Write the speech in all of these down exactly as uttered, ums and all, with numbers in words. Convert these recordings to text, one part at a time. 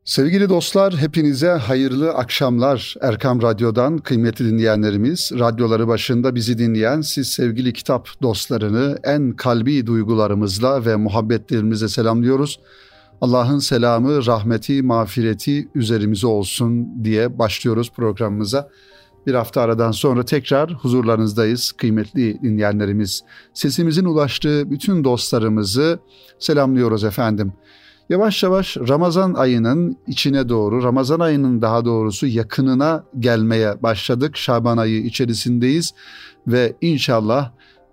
Sevgili dostlar, hepinize hayırlı akşamlar. Erkam Radyo'dan kıymetli dinleyenlerimiz, radyoları başında bizi dinleyen siz sevgili kitap dostlarını en kalbi duygularımızla ve muhabbetlerimizle selamlıyoruz. Allah'ın selamı, rahmeti, mağfireti üzerimize olsun diye başlıyoruz programımıza. Bir hafta aradan sonra tekrar huzurlarınızdayız kıymetli dinleyenlerimiz. Sesimizin ulaştığı bütün dostlarımızı selamlıyoruz efendim. Yavaş yavaş Ramazan ayının içine doğru, Ramazan ayının daha doğrusu yakınına gelmeye başladık. Şaban ayı içerisindeyiz ve inşallah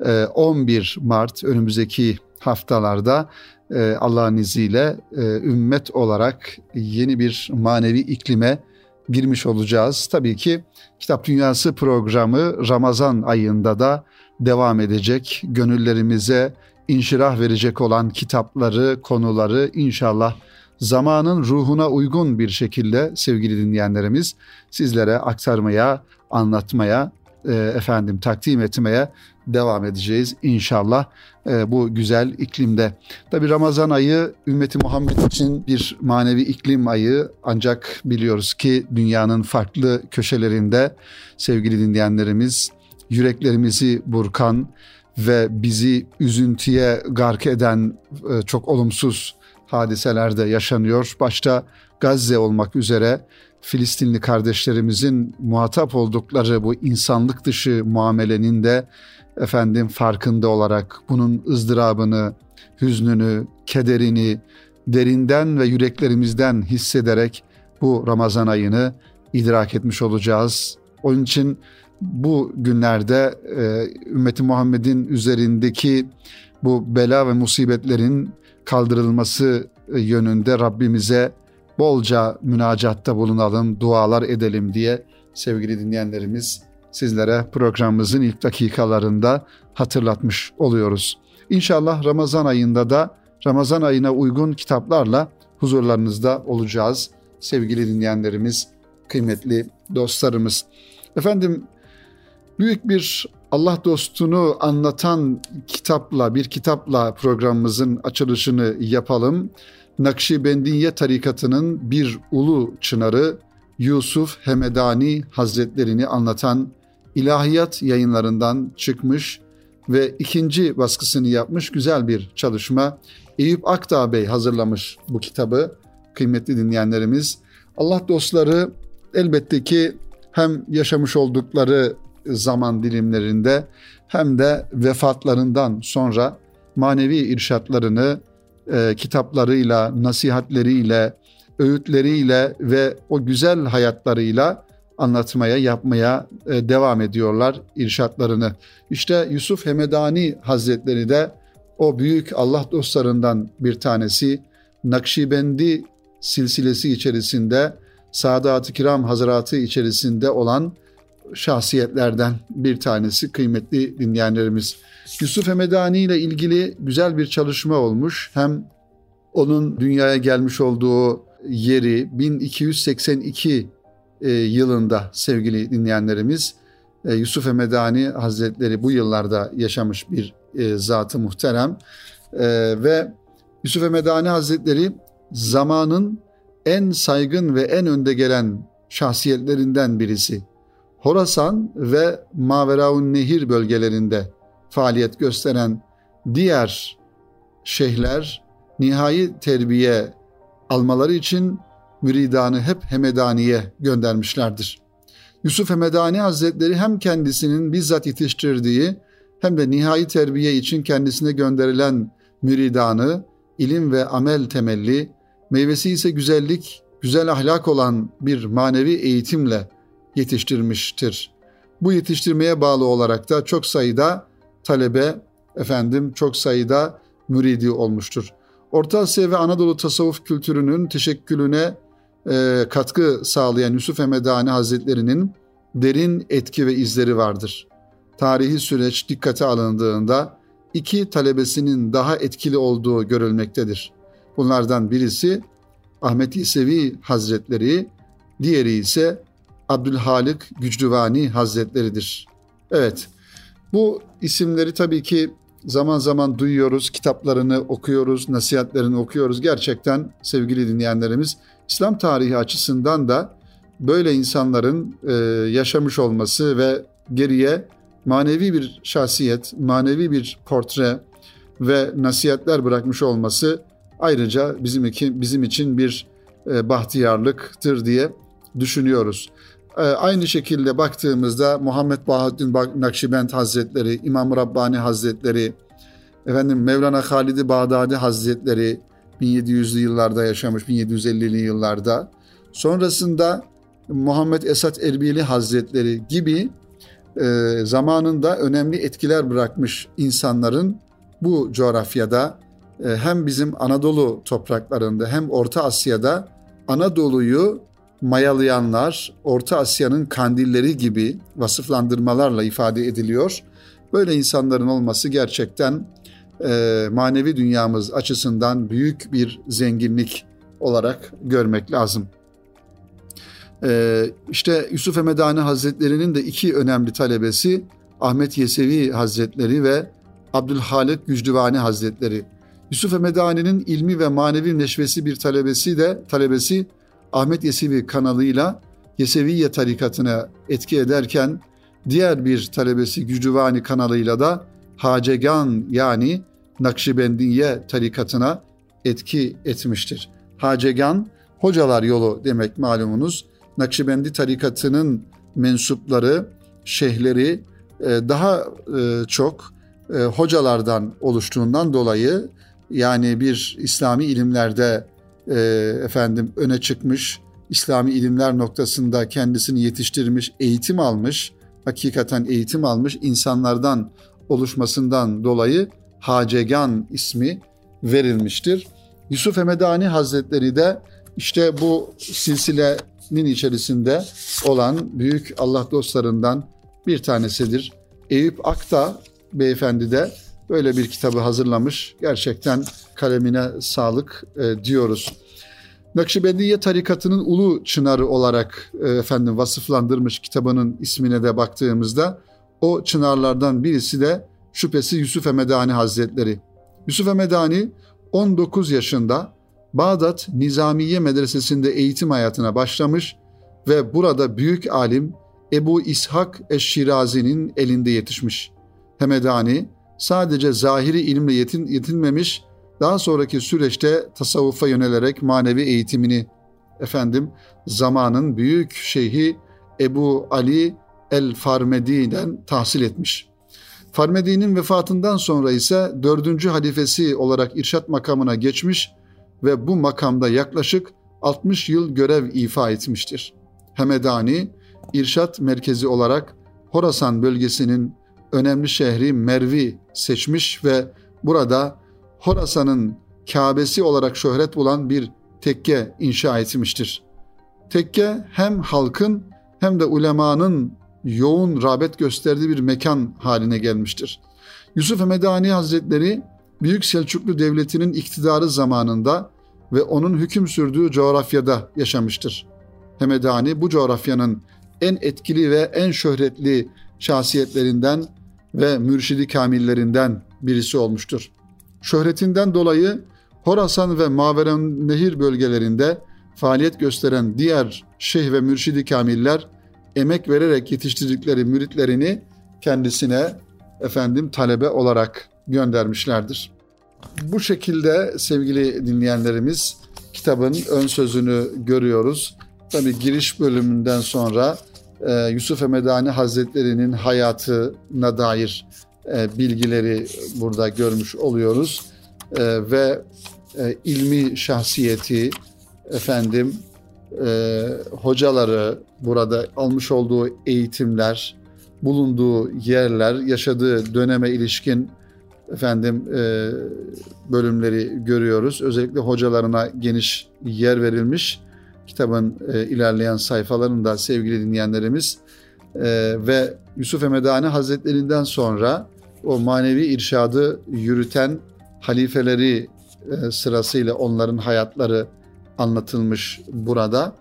on bir Mart önümüzdeki haftalarda Allah'ın izniyle ümmet olarak yeni bir manevi iklime girmiş olacağız. Tabii ki Kitap Dünyası programı Ramazan ayında da devam edecek. Gönüllerimize İnşirah verecek olan kitapları, konuları inşallah zamanın ruhuna uygun bir şekilde sevgili dinleyenlerimiz sizlere aktarmaya, anlatmaya, e, efendim takdim etmeye devam edeceğiz inşallah e, bu güzel iklimde. Tabii Ramazan ayı ümmeti Muhammed için bir manevi iklim ayı, ancak biliyoruz ki dünyanın farklı köşelerinde sevgili dinleyenlerimiz yüreklerimizi burkan ve bizi üzüntüye gark eden çok olumsuz hadiseler de yaşanıyor. Başta Gazze olmak üzere Filistinli kardeşlerimizin muhatap oldukları bu insanlık dışı muamelenin de efendim farkında olarak bunun ızdırabını, hüznünü, kederini derinden ve yüreklerimizden hissederek bu Ramazan ayını idrak etmiş olacağız. Onun için bu günlerde e, ümmeti Muhammed'in üzerindeki bu bela ve musibetlerin kaldırılması yönünde Rabbimize bolca münacatta bulunalım, dualar edelim diye sevgili dinleyenlerimiz sizlere programımızın ilk dakikalarında hatırlatmış oluyoruz. İnşallah Ramazan ayında da Ramazan ayına uygun kitaplarla huzurlarınızda olacağız sevgili dinleyenlerimiz, kıymetli dostlarımız. Efendim, büyük bir Allah dostunu anlatan kitapla, bir kitapla programımızın açılışını yapalım. Nakşibendiye tarikatının bir ulu çınarı Yusuf Hemedani Hazretlerini anlatan İlahiyat Yayınlarından çıkmış ve ikinci baskısını yapmış güzel bir çalışma. Eyüp Akdağ Bey hazırlamış bu kitabı kıymetli dinleyenlerimiz. Allah dostları elbette ki hem yaşamış oldukları zaman dilimlerinde hem de vefatlarından sonra manevi irşatlarını e, kitaplarıyla, nasihatleriyle, öğütleriyle ve o güzel hayatlarıyla anlatmaya, yapmaya e, devam ediyorlar irşatlarını. İşte Yusuf Hemedani Hazretleri de o büyük Allah dostlarından bir tanesi. Nakşibendi silsilesi içerisinde, Sadat-ı Kiram Hazretleri içerisinde olan şahsiyetlerden bir tanesi kıymetli dinleyenlerimiz. Yusuf Hemedani ile ilgili güzel bir çalışma olmuş. Hem onun dünyaya gelmiş olduğu yeri bin iki yüz seksen iki e, yılında sevgili dinleyenlerimiz, e, Yusuf Hemedani Hazretleri bu yıllarda yaşamış bir e, zat-ı muhterem e, ve Yusuf Hemedani Hazretleri zamanın en saygın ve en önde gelen şahsiyetlerinden birisi. Horasan ve Maveraun Nehir bölgelerinde faaliyet gösteren diğer şeyhler nihai terbiye almaları için müridanı hep Hemedani'ye göndermişlerdir. Yusuf Hemedani Hazretleri hem kendisinin bizzat yetiştirdiği hem de nihai terbiye için kendisine gönderilen müridanı ilim ve amel temelli, meyvesi ise güzellik, güzel ahlak olan bir manevi eğitimle yetiştirmiştir. Bu yetiştirmeye bağlı olarak da çok sayıda talebe, efendim çok sayıda müridi olmuştur. Orta Asya ve Anadolu tasavvuf kültürünün teşekkülüne e, katkı sağlayan Yusuf Hemedani Hazretleri'nin derin etki ve izleri vardır. Tarihi süreç dikkate alındığında iki talebesinin daha etkili olduğu görülmektedir. Bunlardan birisi Ahmet İsevi Hazretleri, diğeri ise Abdülhalik Gücdüvani Hazretleri'dir. Evet, bu isimleri tabii ki zaman zaman duyuyoruz, kitaplarını okuyoruz, nasihatlerini okuyoruz. Gerçekten sevgili dinleyenlerimiz İslam tarihi açısından da böyle insanların e, yaşamış olması ve geriye manevi bir şahsiyet, manevi bir portre ve nasihatler bırakmış olması ayrıca bizim için, bizim için bir e, bahtiyarlıktır diye düşünüyoruz. E, aynı şekilde baktığımızda Muhammed Bahaddin Nakşibend Hazretleri, İmam Rabbani Hazretleri, efendim Mevlana Halid-i Bağdadi Hazretleri bin yedi yüzlü yıllarda yaşamış, bin yedi yüz ellili yıllarda. Sonrasında Muhammed Esat Erbili Hazretleri gibi e, zamanında önemli etkiler bırakmış insanların bu coğrafyada e, hem bizim Anadolu topraklarında hem Orta Asya'da Anadolu'yu mayalayanlar, Orta Asya'nın kandilleri gibi vasıflandırmalarla ifade ediliyor. Böyle insanların olması gerçekten e, manevi dünyamız açısından büyük bir zenginlik olarak görmek lazım. E, işte Yusuf Hemedani Hazretleri'nin de iki önemli talebesi Ahmet Yesevi Hazretleri ve Abdülhalik Gücdüvani Hazretleri. Yusuf Hemedani'nin ilmi ve manevi neşvesi bir talebesi de talebesi Ahmet Yesevi kanalıyla Yeseviye tarikatına etki ederken diğer bir talebesi Gücdüvani kanalıyla da Hacegan yani Nakşibendiye tarikatına etki etmiştir. Hacegan, hocalar yolu demek malumunuz. Nakşibendi tarikatının mensupları, şeyhleri daha çok hocalardan oluştuğundan dolayı yani bir İslami ilimlerde efendim öne çıkmış, İslami ilimler noktasında kendisini yetiştirmiş, eğitim almış, hakikaten eğitim almış insanlardan oluşmasından dolayı Hacegan ismi verilmiştir. Yusuf Hemedani Hazretleri de işte bu silsilenin içerisinde olan büyük Allah dostlarından bir tanesidir. Eyüp Akta beyefendi de böyle bir kitabı hazırlamış. Gerçekten kalemine sağlık e, diyoruz. Nakşibendiye tarikatının ulu çınarı olarak e, efendim vasıflandırmış kitabının ismine de baktığımızda o çınarlardan birisi de şüphesiz Yusuf Hemedani Hazretleri. Yusuf Hemedani on dokuz yaşında Bağdat Nizamiye Medresesi'nde eğitim hayatına başlamış ve burada büyük alim Ebu İshak Eşşirazi'nin elinde yetişmiş. Hemedani sadece zahiri ilimle yetin, yetinmemiş, daha sonraki süreçte tasavvufa yönelerek manevi eğitimini efendim zamanın büyük şeyhi Ebu Ali el-Farmedi'den tahsil etmiş. Farmedi'nin vefatından sonra ise dördüncü halifesi olarak irşat makamına geçmiş ve bu makamda yaklaşık altmış yıl görev ifa etmiştir. Hemedani, irşat merkezi olarak Horasan bölgesinin önemli şehri Merv'i seçmiş ve burada Horasan'ın Kâbesi olarak şöhret bulan bir tekke inşa etmiştir. Tekke hem halkın hem de ulemanın yoğun rağbet gösterdiği bir mekan haline gelmiştir. Yusuf Hemedani Hazretleri Büyük Selçuklu Devleti'nin iktidarı zamanında ve onun hüküm sürdüğü coğrafyada yaşamıştır. Hemedani bu coğrafyanın en etkili ve en şöhretli şahsiyetlerinden ve mürşidi kamillerinden birisi olmuştur. Şöhretinden dolayı Horasan ve Maveren-Nehir bölgelerinde faaliyet gösteren diğer şeyh ve mürşidi kamiller emek vererek yetiştirdikleri müritlerini kendisine efendim talebe olarak göndermişlerdir. Bu şekilde sevgili dinleyenlerimiz kitabın ön sözünü görüyoruz. Tabii giriş bölümünden sonra e, Yusuf Hemedani Hazretleri'nin hayatına dair e, bilgileri burada görmüş oluyoruz. E, ve e, ilmi şahsiyeti, efendim e, hocaları, burada almış olduğu eğitimler, bulunduğu yerler, yaşadığı döneme ilişkin efendim e, bölümleri görüyoruz. Özellikle hocalarına geniş yer verilmiş. Kitabın e, ilerleyen sayfalarında sevgili dinleyenlerimiz e, ve Yusuf Hemedani Hazretlerinden sonra o manevi irşadı yürüten halifeleri e, sırasıyla onların hayatları anlatılmış burada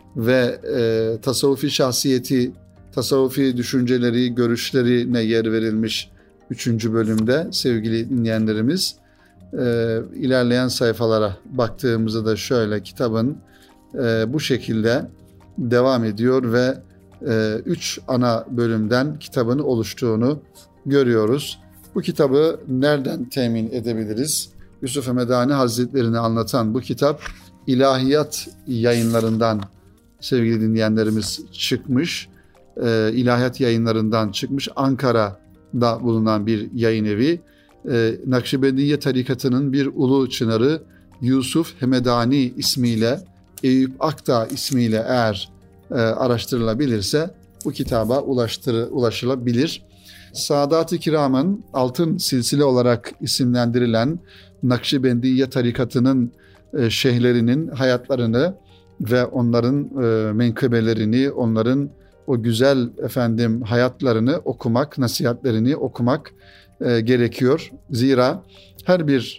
ve e, tasavvufi şahsiyeti, tasavvufi düşünceleri, görüşlerine yer verilmiş üçüncü bölümde sevgili dinleyenlerimiz. E, ilerleyen sayfalara baktığımızda da şöyle kitabın e, bu şekilde devam ediyor ve e, üç ana bölümden kitabın oluştuğunu görüyoruz. Bu kitabı nereden temin edebiliriz? Yusuf Hemedani Hazretleri'ni anlatan bu kitap İlahiyat Yayınlarından sevgili dinleyenlerimiz çıkmış. E, İlahiyat Yayınlarından çıkmış. Ankara'da bulunan bir yayın evi. E, Nakşibendiye tarikatının bir ulu çınarı Yusuf Hemedani ismiyle, Eyüp Akdağ ismiyle eğer e, araştırılabilirse bu kitaba ulaştır, ulaşılabilir. Sadat-ı Kiram'ın altın silsile olarak isimlendirilen Nakşibendiye tarikatının e, şeyhlerinin hayatlarını ve onların e, menkıbelerini, onların o güzel efendim hayatlarını okumak, nasihatlerini okumak e, gerekiyor. Zira her bir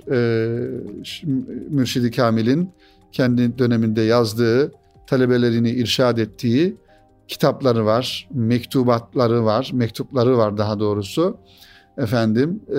e, Mürşid-i Kamil'in kendi döneminde yazdığı, talebelerini irşad ettiği kitapları var, mektubatları var, mektupları var daha doğrusu efendim e,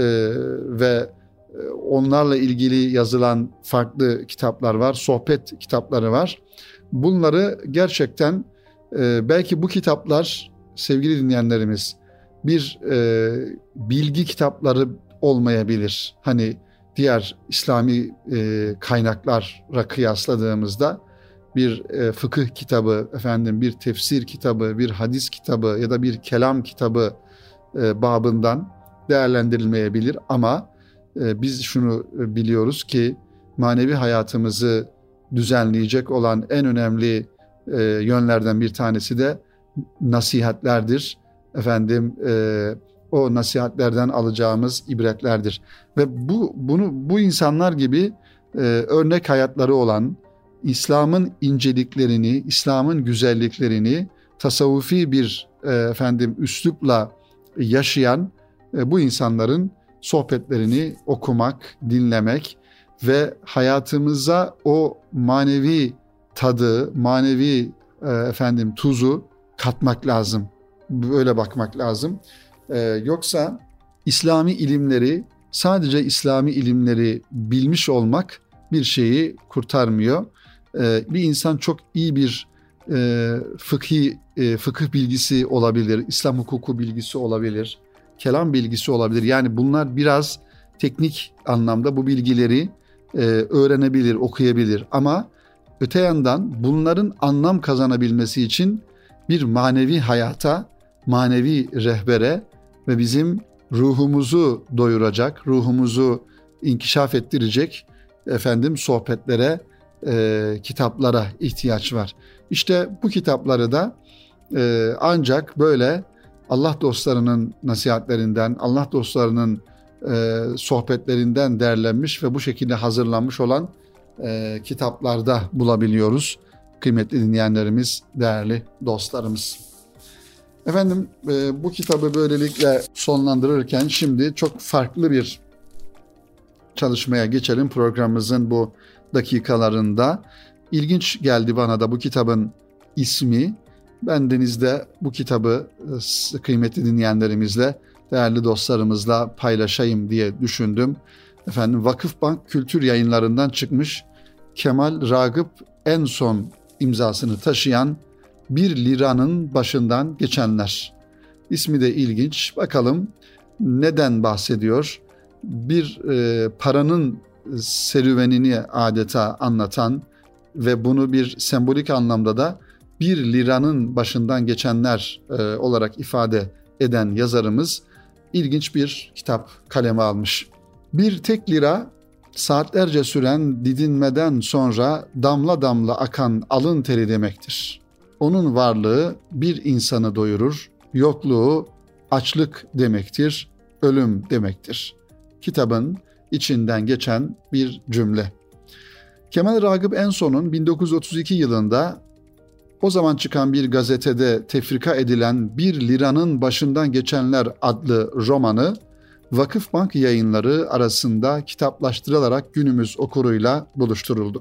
ve onlarla ilgili yazılan farklı kitaplar var, sohbet kitapları var. Bunları gerçekten e, belki bu kitaplar sevgili dinleyenlerimiz bir e, bilgi kitapları olmayabilir. Hani diğer İslami e, kaynaklara kıyasladığımızda bir e, fıkıh kitabı, efendim bir tefsir kitabı, bir hadis kitabı ya da bir kelam kitabı e, babından değerlendirilmeyebilir. Ama e, biz şunu biliyoruz ki manevi hayatımızı düzenleyecek olan en önemli e, yönlerden bir tanesi de nasihatlerdir. Efendim e, o nasihatlerden alacağımız ibretlerdir. Ve bu bunu bu insanlar gibi e, örnek hayatları olan, İslam'ın inceliklerini, İslam'ın güzelliklerini tasavvufi bir e, efendim üslupla yaşayan e, bu insanların sohbetlerini okumak, dinlemek ve hayatımıza o manevi tadı, manevi e, efendim tuzu katmak lazım. Böyle bakmak lazım. E, yoksa İslami ilimleri, sadece İslami ilimleri bilmiş olmak bir şeyi kurtarmıyor. Bir insan çok iyi bir e, fıkhi, e, fıkıh bilgisi olabilir, İslam hukuku bilgisi olabilir, kelam bilgisi olabilir. Yani bunlar biraz teknik anlamda bu bilgileri e, öğrenebilir, okuyabilir. Ama öte yandan bunların anlam kazanabilmesi için bir manevi hayata, manevi rehbere ve bizim ruhumuzu doyuracak, ruhumuzu inkişaf ettirecek efendim sohbetlere, E, kitaplara ihtiyaç var. İşte bu kitapları da e, ancak böyle Allah dostlarının nasihatlerinden, Allah dostlarının e, sohbetlerinden derlenmiş ve bu şekilde hazırlanmış olan e, kitaplarda bulabiliyoruz. Kıymetli dinleyenlerimiz, değerli dostlarımız. Efendim e, bu kitabı böylelikle sonlandırırken şimdi çok farklı bir çalışmaya geçelim programımızın bu dakikalarında. İlginç geldi bana da bu kitabın ismi. Bendeniz de bu kitabı kıymetli dinleyenlerimizle, değerli dostlarımızla paylaşayım diye düşündüm. Efendim Vakıfbank Kültür Yayınlarından çıkmış Kemal Ragıp Enson imzasını taşıyan Bir Liranın Başından Geçenler. İsmi de ilginç. Bakalım neden bahsediyor? Bir e, paranın serüvenini adeta anlatan ve bunu bir sembolik anlamda da bir liranın başından geçenler e, olarak ifade eden yazarımız ilginç bir kitap kaleme almış. Bir tek lira saatlerce süren didinmeden sonra damla damla akan alın teri demektir. Onun varlığı bir insanı doyurur, yokluğu açlık demektir, ölüm demektir. Kitabın içinden geçen bir cümle. Kemal Ragıp Enson'un bin dokuz yüz otuz iki yılında o zaman çıkan bir gazetede tefrika edilen Bir Liranın Başından Geçenler adlı romanı Vakıfbank Yayınları arasında kitaplaştırılarak günümüz okuruyla buluşturuldu.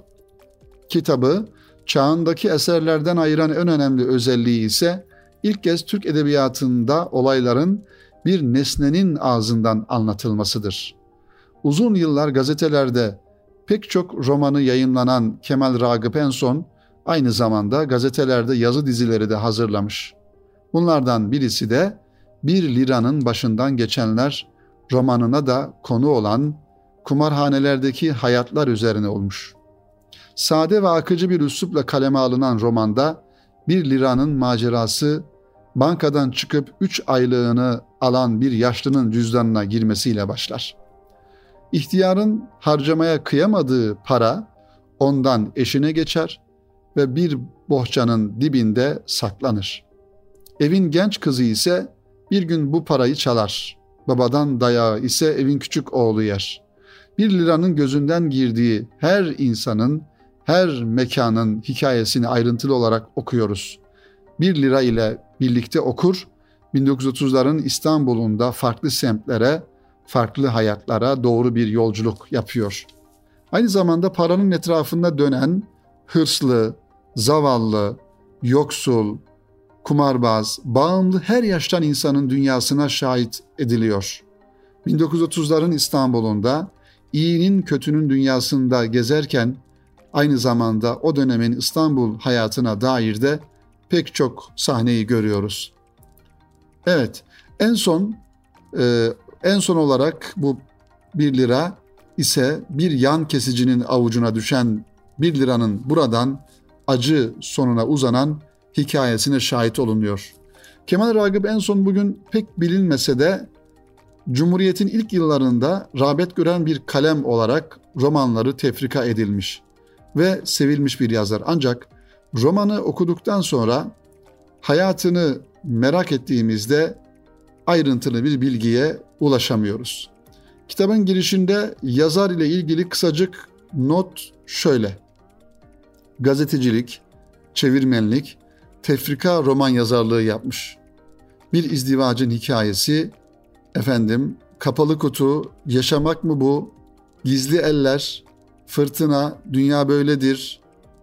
Kitabı çağındaki eserlerden ayıran en önemli özelliği ise ilk kez Türk edebiyatında olayların bir nesnenin ağzından anlatılmasıdır. Uzun yıllar gazetelerde pek çok romanı yayınlanan Kemal Ragıp Enson, Aynı zamanda gazetelerde yazı dizileri de hazırlamış. Bunlardan birisi de Bir Liranın Başından Geçenler romanına da konu olan kumarhanelerdeki hayatlar üzerine olmuş. Sade ve akıcı bir üslupla kaleme alınan romanda Bir Liranın macerası bankadan çıkıp üç aylığını alan bir yaşlının cüzdanına girmesiyle başlar. İhtiyarın harcamaya kıyamadığı para ondan eşine geçer ve bir bohçanın dibinde saklanır. Evin genç kızı ise bir gün bu parayı çalar. Babadan dayağı ise evin küçük oğlu yer. Bir liranın gözünden girdiği her insanın, her mekanın hikayesini ayrıntılı olarak okuyoruz. Bir lira ile birlikte okur, bin dokuz yüz otuzların İstanbul'unda farklı semtlere, farklı hayatlara doğru bir yolculuk yapıyor. Aynı zamanda paranın etrafında dönen hırslı, zavallı, yoksul, kumarbaz, bağımlı her yaştan insanın dünyasına şahit ediliyor. bin dokuz yüz otuzların İstanbul'unda iyinin kötünün dünyasında gezerken aynı zamanda o dönemin İstanbul hayatına dair de pek çok sahneyi görüyoruz. Evet, en son e, en son olarak bu bir lira ise bir yan kesicinin avucuna düşen bir liranın buradan acı sonuna uzanan hikayesine şahit olunuyor. Kemal Ragıp en son bugün pek bilinmese de Cumhuriyet'in ilk yıllarında rağbet gören bir kalem olarak romanları tefrika edilmiş ve sevilmiş bir yazar. Ancak romanı okuduktan sonra hayatını merak ettiğimizde ayrıntılı bir bilgiye ulaşamıyoruz. Kitabın girişinde yazar ile ilgili kısacık not şöyle: gazetecilik, çevirmenlik, tefrika roman yazarlığı yapmış. Bir izdivacın hikayesi, efendim, kapalı kutu, yaşamak mı bu, gizli eller, fırtına, dünya böyledir,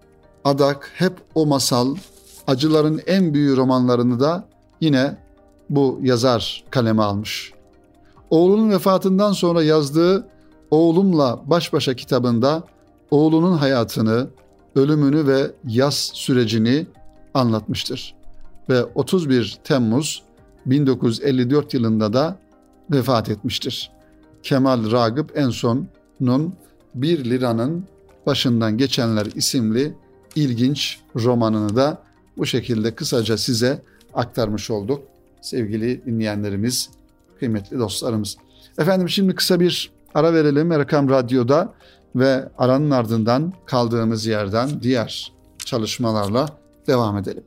adak, hep o masal, acıların en büyük romanlarını da yine bu yazar kaleme almış. Oğlunun vefatından sonra yazdığı Oğlumla Baş Başa kitabında oğlunun hayatını, ölümünü ve yas sürecini anlatmıştır. Ve otuz bir Temmuz bin dokuz yüz elli dört yılında da vefat etmiştir. Kemal Ragıp en son'un Bir Liranın Başından Geçenler isimli ilginç romanını da bu şekilde kısaca size aktarmış olduk. Sevgili dinleyenlerimiz, kıymetli dostlarımız. Efendim şimdi kısa bir ara verelim Erkam Radyo'da ve aranın ardından kaldığımız yerden diğer çalışmalarla devam edelim.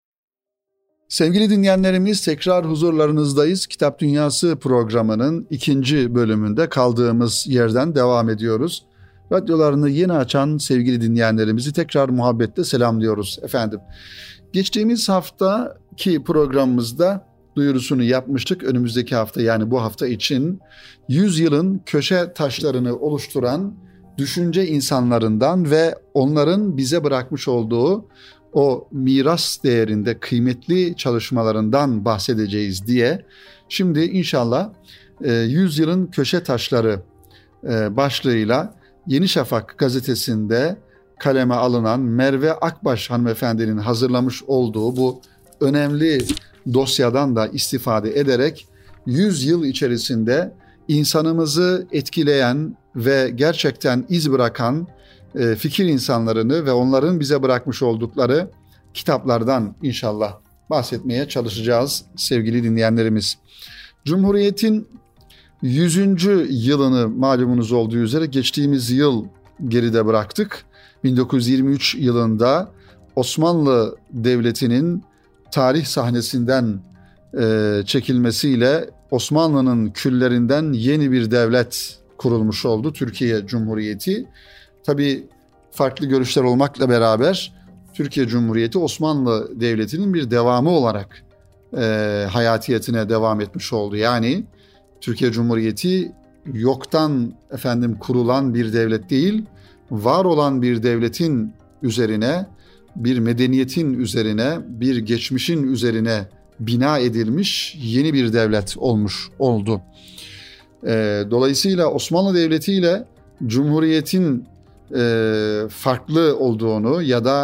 Sevgili dinleyenlerimiz, tekrar huzurlarınızdayız. Kitap Dünyası programının ikinci bölümünde kaldığımız yerden devam ediyoruz. Radyolarını yeni açan sevgili dinleyenlerimizi tekrar muhabbetle selamlıyoruz efendim. Geçtiğimiz haftaki programımızda duyurusunu yapmıştık. Önümüzdeki hafta, yani bu hafta için yüz yılın köşe taşlarını oluşturan düşünce insanlarından ve onların bize bırakmış olduğu o miras değerinde kıymetli çalışmalarından bahsedeceğiz diye. Şimdi inşallah yüz yılın köşe taşları başlığıyla Yeni Şafak gazetesinde kaleme alınan Merve Akbaş hanımefendinin hazırlamış olduğu bu önemli dosyadan da istifade ederek yüz yıl içerisinde insanımızı etkileyen ve gerçekten iz bırakan fikir insanlarını ve onların bize bırakmış oldukları kitaplardan inşallah bahsetmeye çalışacağız sevgili dinleyenlerimiz. Cumhuriyet'in yüzüncü yılını malumunuz olduğu üzere geçtiğimiz yıl geride bıraktık. bin dokuz yüz yirmi üç yılında Osmanlı Devleti'nin tarih sahnesinden e, çekilmesiyle Osmanlı'nın küllerinden yeni bir devlet kurulmuş oldu, Türkiye Cumhuriyeti. Tabii farklı görüşler olmakla beraber Türkiye Cumhuriyeti Osmanlı Devleti'nin bir devamı olarak e, hayatiyetine devam etmiş oldu. Yani Türkiye Cumhuriyeti yoktan efendim kurulan bir devlet değil, var olan bir devletin üzerine, bir medeniyetin üzerine, bir geçmişin üzerine bina edilmiş yeni bir devlet olmuş oldu. E, dolayısıyla Osmanlı Devleti ile Cumhuriyet'in e, farklı olduğunu ya da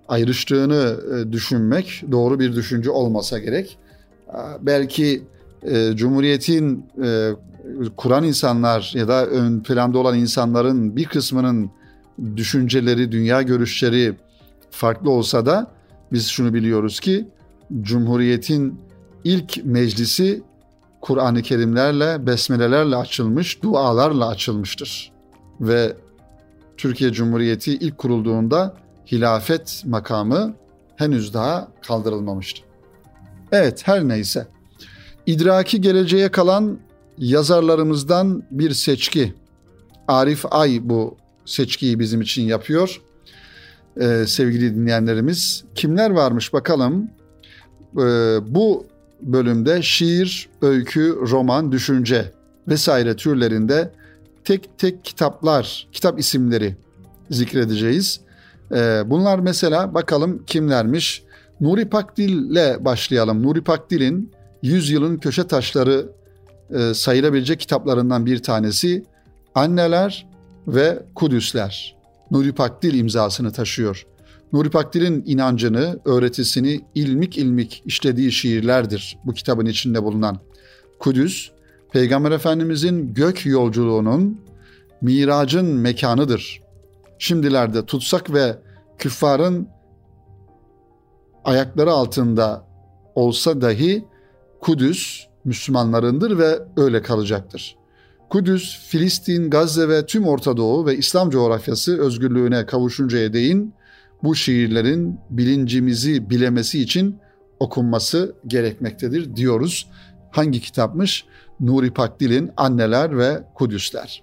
ayrıştığını düşünmek doğru bir düşünce olmasa gerek. Belki e, Cumhuriyet'in e, kuran insanlar ya da ön planda olan insanların bir kısmının düşünceleri, dünya görüşleri farklı olsa da biz şunu biliyoruz ki Cumhuriyet'in ilk meclisi Kur'an-ı Kerimlerle, besmelelerle açılmış, dualarla açılmıştır. Ve Türkiye Cumhuriyeti ilk kurulduğunda hilafet makamı henüz daha kaldırılmamıştı. Evet, her neyse. İdraki geleceğe kalan yazarlarımızdan bir seçki. Arif Ay bu seçkiyi bizim için yapıyor. Ee, sevgili dinleyenlerimiz, kimler varmış bakalım. Ee, bu bölümde şiir, öykü, roman, düşünce vesaire türlerinde tek tek kitaplar, kitap isimleri zikredeceğiz. Ee, bunlar mesela bakalım kimlermiş? Nuri Pakdil'le başlayalım. Nuri Pakdil'in Yüzyılın Köşe Taşları e, sayılabilecek kitaplarından bir tanesi Anneler ve Kudüsler. Nuri Pakdil imzasını taşıyor. Nuri Pakdil'in inancını, öğretisini ilmik ilmik işlediği şiirlerdir bu kitabın içinde bulunan. Kudüs, Peygamber Efendimizin gök yolculuğunun, miracın mekanıdır. Şimdilerde tutsak ve küffarın ayakları altında olsa dahi Kudüs Müslümanlarındır ve öyle kalacaktır. Kudüs, Filistin, Gazze ve tüm Orta Doğu ve İslam coğrafyası özgürlüğüne kavuşuncaya değin bu şiirlerin bilincimizi bilemesi için okunması gerekmektedir diyoruz. Hangi kitapmış? Nuri Pakdil'in Anneler ve Kudüsler.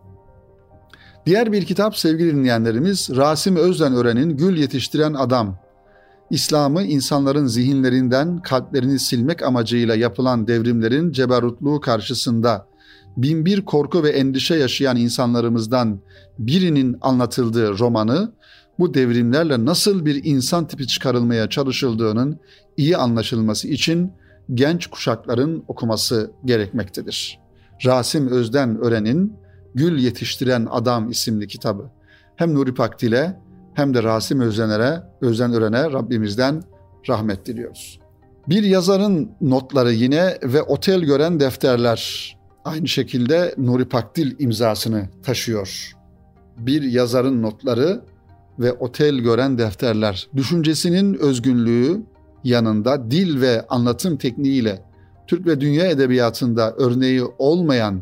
Diğer bir kitap sevgili dinleyenlerimiz Rasim Özdenören'in Gül Yetiştiren Adam. İslam'ı insanların zihinlerinden kalplerini silmek amacıyla yapılan devrimlerin ceberrutluğu karşısında binbir korku ve endişe yaşayan insanlarımızdan birinin anlatıldığı romanı, bu devrimlerle nasıl bir insan tipi çıkarılmaya çalışıldığının iyi anlaşılması için genç kuşakların okuması gerekmektedir. Rasim Özdenören'in Gül Yetiştiren Adam isimli kitabı. Hem Nuri Pakdil'e hem de Rasim Özdenören'e, Özdenören'e Rabbimizden rahmet diliyoruz. Bir yazarın notları yine ve otel gören defterler aynı şekilde Nuri Pakdil imzasını taşıyor. Bir yazarın notları ve otel gören defterler düşüncesinin özgünlüğü yanında dil ve anlatım tekniğiyle Türk ve dünya edebiyatında örneği olmayan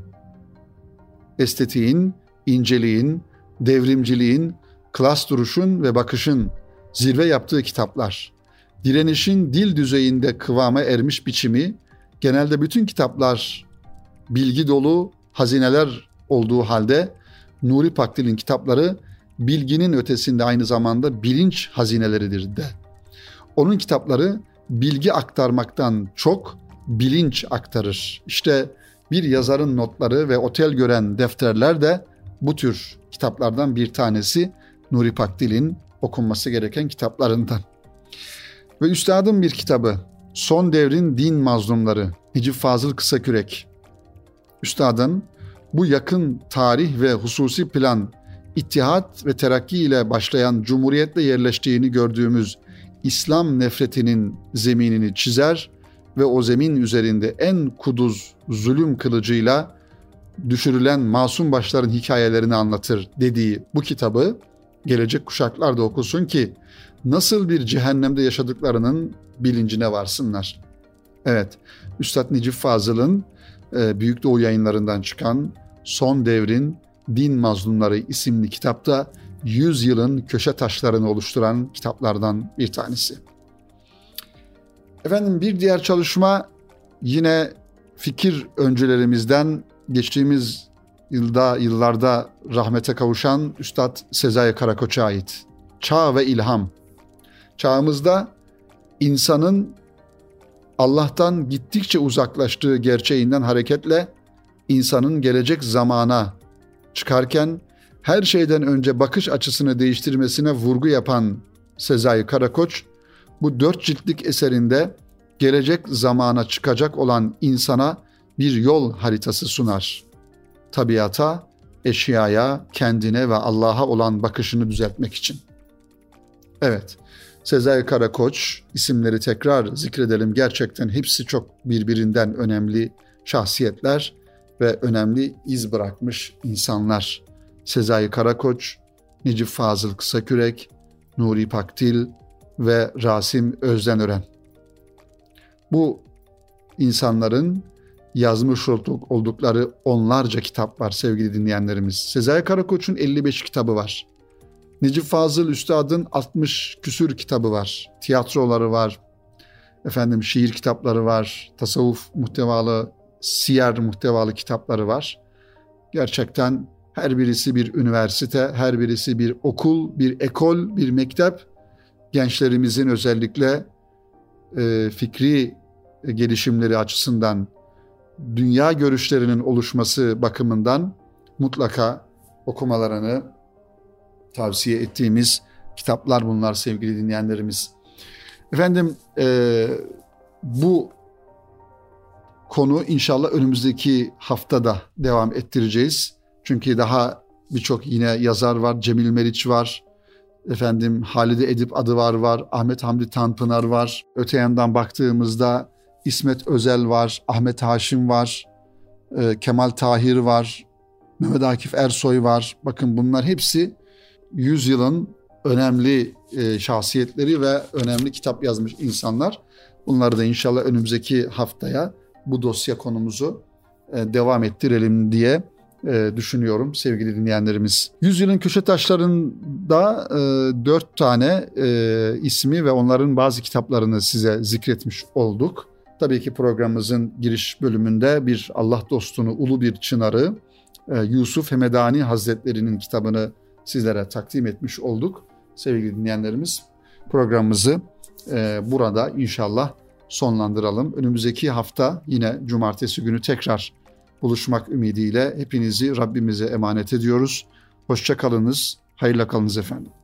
estetiğin, inceliğin, devrimciliğin, klas duruşun ve bakışın zirve yaptığı kitaplar. Direnişin dil düzeyinde kıvama ermiş biçimi, genelde bütün kitaplar bilgi dolu hazineler olduğu halde Nuri Pakdil'in kitapları bilginin ötesinde aynı zamanda bilinç hazineleridir de. Onun kitapları bilgi aktarmaktan çok bilinç aktarır. İşte bir yazarın notları ve otel gören defterler de bu tür kitaplardan bir tanesi, Nuri Pakdil'in okunması gereken kitaplarından. Ve üstadın bir kitabı, Son Devrin Din Mazlumları, Necip Fazıl Kısakürek. Üstadın bu yakın tarih ve hususi plan, İttihat ve Terakki ile başlayan Cumhuriyet'le yerleştiğini gördüğümüz İslam nefretinin zeminini çizer ve o zemin üzerinde en kuduz zulüm kılıcıyla düşürülen masum başların hikayelerini anlatır dediği bu kitabı gelecek kuşaklar da okusun ki nasıl bir cehennemde yaşadıklarının bilincine varsınlar. Evet, Üstad Necip Fazıl'ın e, Büyük Doğu Yayınlarından çıkan Son Devrin Din Mazlumları isimli kitapta yüzyılın köşe taşlarını oluşturan kitaplardan bir tanesi. Efendim bir diğer çalışma yine fikir öncülerimizden geçtiğimiz yılda yıllarda rahmete kavuşan Üstad Sezai Karakoç'a ait Çağ ve İlham. Çağımızda insanın Allah'tan gittikçe uzaklaştığı gerçeğinden hareketle insanın gelecek zamana çıkarken her şeyden önce bakış açısını değiştirmesine vurgu yapan Sezai Karakoç, bu dört ciltlik eserinde gelecek zamana çıkacak olan insana bir yol haritası sunar. Tabiata, eşyaya, kendine ve Allah'a olan bakışını düzeltmek için. Evet, Sezai Karakoç, isimleri tekrar zikredelim. Gerçekten hepsi çok birbirinden önemli şahsiyetler ve önemli iz bırakmış insanlar. Sezai Karakoç, Necip Fazıl Kısakürek, Nuri Pakdil ve Rasim Özdenören. Bu insanların yazmış oldukları onlarca kitap var sevgili dinleyenlerimiz. Sezai Karakoç'un elli beş kitabı var. Necip Fazıl Üstad'ın altmış küsür kitabı var. Tiyatroları var. Efendim şiir kitapları var. Tasavvuf muhtevalı, siyer muhtevalı kitapları var. Gerçekten her birisi bir üniversite, her birisi bir okul, bir ekol, bir mektep. Gençlerimizin özellikle e, fikri gelişimleri açısından, dünya görüşlerinin oluşması bakımından mutlaka okumalarını tavsiye ettiğimiz kitaplar bunlar sevgili dinleyenlerimiz. Efendim e, bu konu inşallah önümüzdeki haftada devam ettireceğiz. Çünkü daha birçok yine yazar var. Cemil Meriç var. Efendim Halide Edip Adıvar var. Ahmet Hamdi Tanpınar var. Öte yandan baktığımızda İsmet Özel var. Ahmet Haşim var. E, Kemal Tahir var. Mehmet Akif Ersoy var. Bakın bunlar hepsi yüzyılın önemli e, şahsiyetleri ve önemli kitap yazmış insanlar. Bunları da inşallah önümüzdeki haftaya bu dosya konumuzu e, devam ettirelim diye e, düşünüyorum sevgili dinleyenlerimiz. Yüzyılın köşe taşlarında e, dört tane e, ismi ve onların bazı kitaplarını size zikretmiş olduk. Tabii ki programımızın giriş bölümünde bir Allah dostunu, ulu bir çınarı e, Yusuf Hemedani Hazretleri'nin kitabını sizlere takdim etmiş olduk. Sevgili dinleyenlerimiz, programımızı e, burada inşallah sonlandıralım. Önümüzdeki hafta yine cumartesi günü tekrar buluşmak ümidiyle hepinizi Rabbimize emanet ediyoruz. Hoşça kalınız, hayırla kalınız efendim.